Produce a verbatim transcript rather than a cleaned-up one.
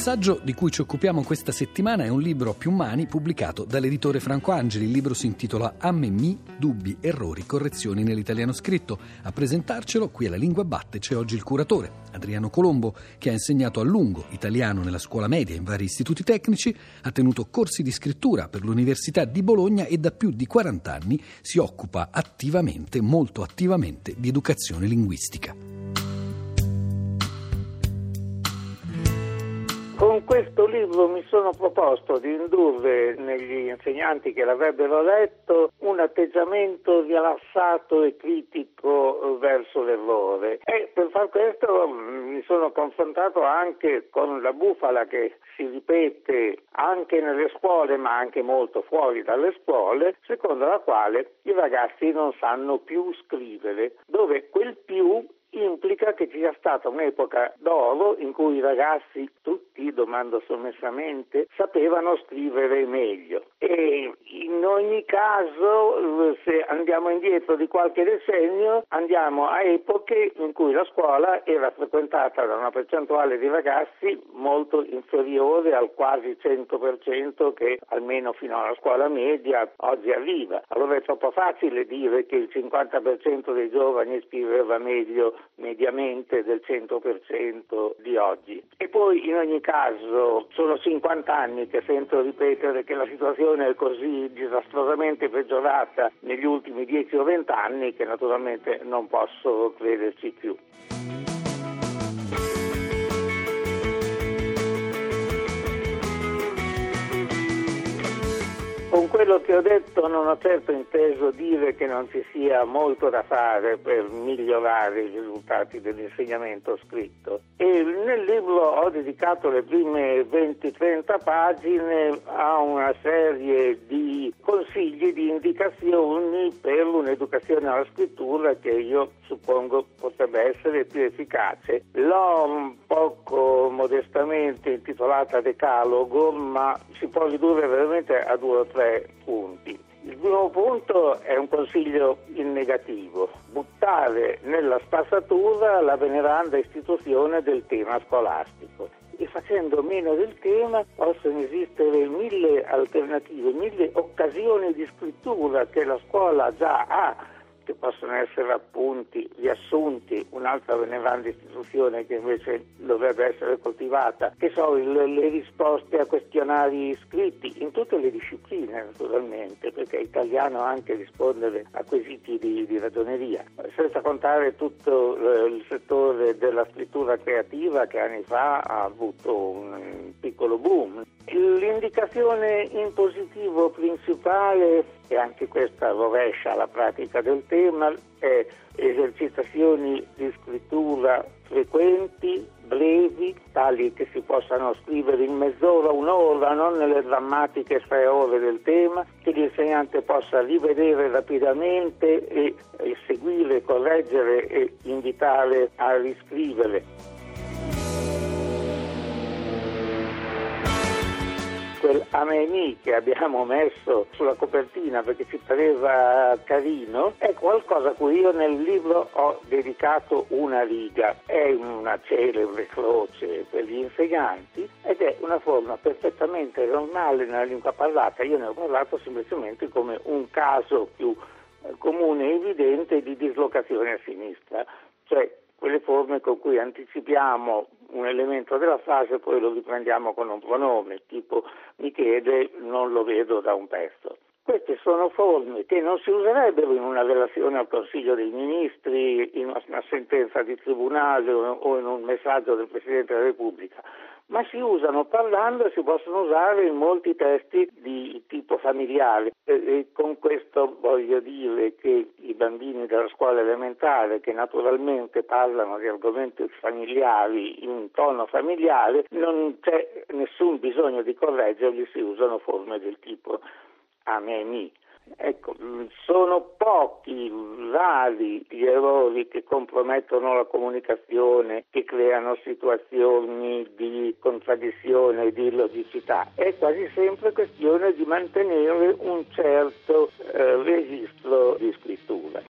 saggio di cui ci occupiamo questa settimana è un libro a più mani pubblicato dall'editore Franco Angeli. Il libro si intitola Amme mi, dubbi, errori, correzioni nell'italiano scritto. A presentarcelo, qui alla Lingua Batte, c'è oggi il curatore, Adriano Colombo, che ha insegnato a lungo italiano nella scuola media in vari istituti tecnici, ha tenuto corsi di scrittura per l'Università di Bologna e da più di quaranta anni si occupa attivamente, molto attivamente, di educazione linguistica. Con questo libro mi sono proposto di indurre negli insegnanti che l'avrebbero letto un atteggiamento rilassato e critico verso l'errore, e per far questo mi sono confrontato anche con la bufala che si ripete anche nelle scuole, ma anche molto fuori dalle scuole, secondo la quale i ragazzi non sanno più scrivere, dove quel più implica che ci sia stata un'epoca d'oro in cui i ragazzi, tutti, domando sommessamente, sapevano scrivere meglio. E in ogni caso, se andiamo indietro di qualche decennio, andiamo a epoche in cui la scuola era frequentata da una percentuale di ragazzi molto inferiore al quasi cento per cento che almeno fino alla scuola media oggi arriva. Allora è troppo facile dire che il cinquanta per cento dei giovani scriveva meglio mediamente del cento per cento di oggi. E poi in ogni caso sono cinquanta anni che sento ripetere che la situazione è così disastrosamente peggiorata negli ultimi dieci o venti anni che naturalmente non posso crederci più. Con quello che ho detto non ho certo inteso dire che non ci sia molto da fare per migliorare i risultati dell'insegnamento scritto. E nel libro ho dedicato le prime venti trenta pagine a una serie di consigli, di indicazioni per un'educazione alla scrittura che io suppongo potrebbe essere più efficace. L'ho un poco modestamente intitolata Decalogo, ma si può ridurre veramente a due o tre punti. Il primo punto è un consiglio in negativo: buttare nella spazzatura la veneranda istituzione del tema scolastico. E facendo meno del tema possono esistere mille alternative, mille occasioni di scrittura che la scuola già ha, che possono essere appunti, riassunti, un'altra veneranda istituzione che invece dovrebbe essere coltivata, che sono le, le risposte a questionari scritti in tutte le discipline naturalmente, perché è italiano anche rispondere a quesiti di, di ragioneria, senza contare tutto eh, il settore della scrittura creativa che anni fa ha avuto un piccolo boom. L'indicazione in positivo principale, e anche questa rovescia la pratica del tema, è esercitazioni di scrittura frequenti, brevi, tali che si possano scrivere in mezz'ora, un'ora, non nelle drammatiche tre ore del tema, che l'insegnante possa rivedere rapidamente e, e seguire, correggere e invitare a riscrivere. Quel Amme mi che abbiamo messo sulla copertina perché ci pareva carino è qualcosa a cui io nel libro ho dedicato una riga. È una celebre croce per gli insegnanti ed è una forma perfettamente normale nella lingua parlata. Io ne ho parlato semplicemente come un caso più comune e evidente di dislocazione a sinistra, cioè quelle forme con cui anticipiamo un elemento della frase e poi lo riprendiamo con un pronome, tipo mi chiede, non lo vedo da un pezzo. Queste sono forme che non si userebbero in una relazione al Consiglio dei Ministri, in una sentenza di tribunale o in un messaggio del Presidente della Repubblica, ma si usano parlando e si possono usare in molti testi di tipo familiare. E, e con questo voglio dire che i bambini della scuola elementare, che naturalmente parlano di argomenti familiari in tono familiare, non c'è nessun bisogno di correggerli, si usano forme del tipo Amme mi. Ecco, sono pochi, rari gli errori che compromettono la comunicazione, che creano situazioni di contraddizione e di illogicità. È quasi sempre questione di mantenere un certo eh, registro di scrittura.